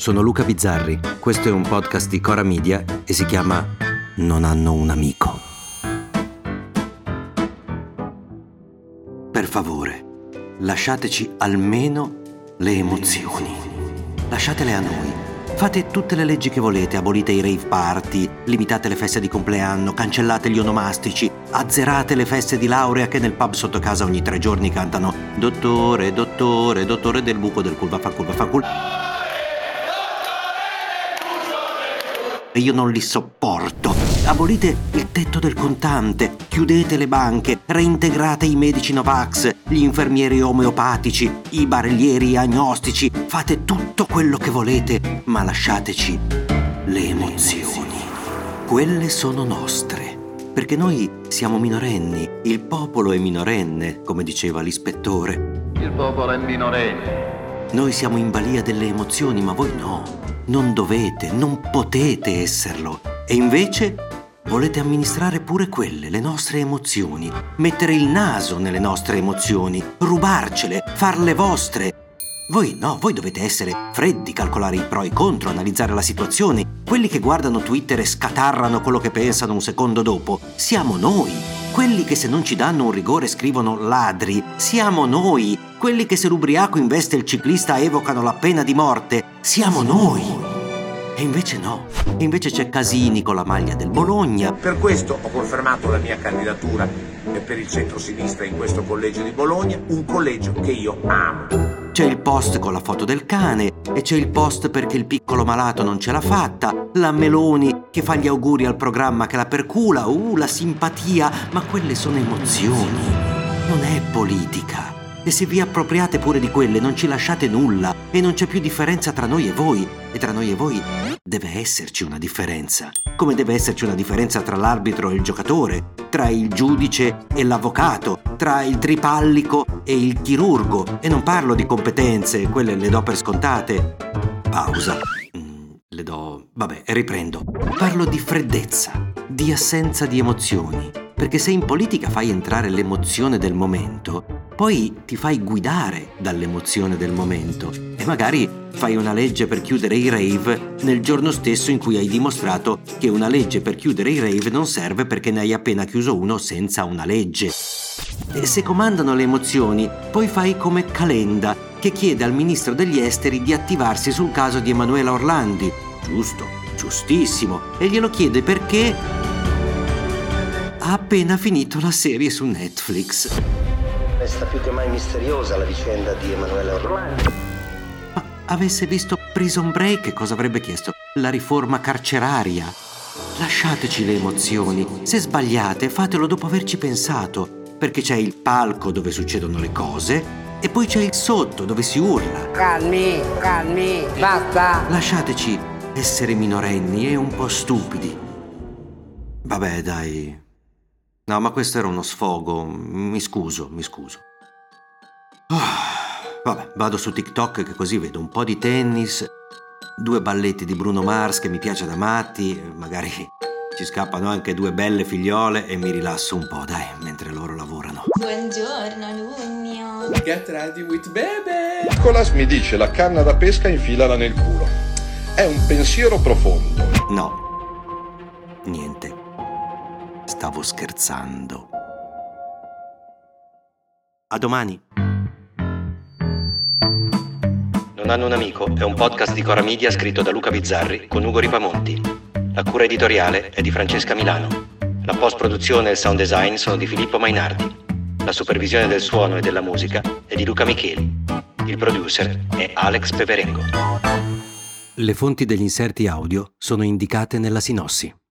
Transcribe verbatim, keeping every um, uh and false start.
sono Luca Bizzarri, questo è un podcast di Cora Media e si chiama Non hanno un amico. Per favore, lasciateci almeno le emozioni. Lasciatele a noi. Fate tutte le leggi che volete, abolite i rave party, limitate le feste di compleanno, cancellate gli onomastici, azzerate le feste di laurea che nel pub sotto casa ogni tre giorni cantano Dottore, dottore, dottore del buco del cul, vaffanculo, vaffanculo. E io non li sopporto. Abolite il tetto del contante, chiudete le banche, reintegrate i medici Novax, gli infermieri omeopatici, i barellieri agnostici, fate tutto quello che volete, ma lasciateci le emozioni. Quelle sono nostre, perché noi siamo minorenni, il popolo è minorenne, come diceva l'ispettore. Il popolo è minorenne. Noi siamo in balia delle emozioni, ma voi no. Non dovete, non potete esserlo. E invece volete amministrare pure quelle, le nostre emozioni, mettere il naso nelle nostre emozioni, rubarcele, farle vostre. Voi no, voi dovete essere freddi, calcolare i pro e i contro, analizzare la situazione. Quelli che guardano Twitter e scatarrano quello che pensano un secondo dopo, siamo noi. Quelli che se non ci danno un rigore scrivono ladri, siamo noi. Quelli che se l'ubriaco investe il ciclista evocano la pena di morte, siamo noi. E invece no, e invece c'è Casini con la maglia del Bologna. Per questo ho confermato la mia candidatura per il centro-sinistra in questo collegio di Bologna, un collegio che io amo. C'è il post con la foto del cane e c'è il post perché il piccolo malato non ce l'ha fatta, la Meloni che fa gli auguri al programma che la percula, uh, la simpatia, ma quelle sono emozioni, non è politica. E se vi appropriate pure di quelle non ci lasciate nulla e non c'è più differenza tra noi e voi. E tra noi e voi deve esserci una differenza. Come deve esserci una differenza tra l'arbitro e il giocatore, tra il giudice e l'avvocato, tra il tripallico e il chirurgo. E non parlo di competenze, quelle le do per scontate. Pausa. Mm, le do... Vabbè, riprendo. Parlo di freddezza, di assenza di emozioni. Perché se in politica fai entrare l'emozione del momento, poi ti fai guidare dall'emozione del momento e magari fai una legge per chiudere i rave nel giorno stesso in cui hai dimostrato che una legge per chiudere i rave non serve perché ne hai appena chiuso uno senza una legge. E se comandano le emozioni, poi fai come Calenda, che chiede al ministro degli esteri di attivarsi sul caso di Emanuela Orlandi. Giusto, giustissimo. E glielo chiede perché ha appena finito la serie su Netflix. Resta più che mai misteriosa la vicenda di Emanuela Orlandi. Ma avesse visto Prison Break, cosa avrebbe chiesto? La riforma carceraria. Lasciateci le emozioni. Se sbagliate, fatelo dopo averci pensato. Perché c'è il palco dove succedono le cose e poi c'è il sotto dove si urla. Calmi, calmi, basta. Lasciateci essere minorenni e un po' stupidi. Vabbè, dai. No, ma questo era uno sfogo. Mi scuso, mi scuso. Oh, vabbè, vado su TikTok che così vedo un po' di tennis, due balletti di Bruno Mars che mi piace da matti, magari ci scappano anche due belle figliole e mi rilasso un po', dai, mentre loro lavorano. Buongiorno, Lugno. Get ready with baby. Nicolas mi dice la canna da pesca infilala nel culo. È un pensiero profondo. No, niente. Stavo scherzando. A domani. Non hanno un amico è un podcast di Cora Media scritto da Luca Bizzarri con Ugo Ripamonti. La cura editoriale è di Francesca Milano. La post-produzione e il sound design sono di Filippo Mainardi. La supervisione del suono e della musica è di Luca Micheli. Il producer è Alex Peperengo. Le fonti degli inserti audio sono indicate nella sinossi.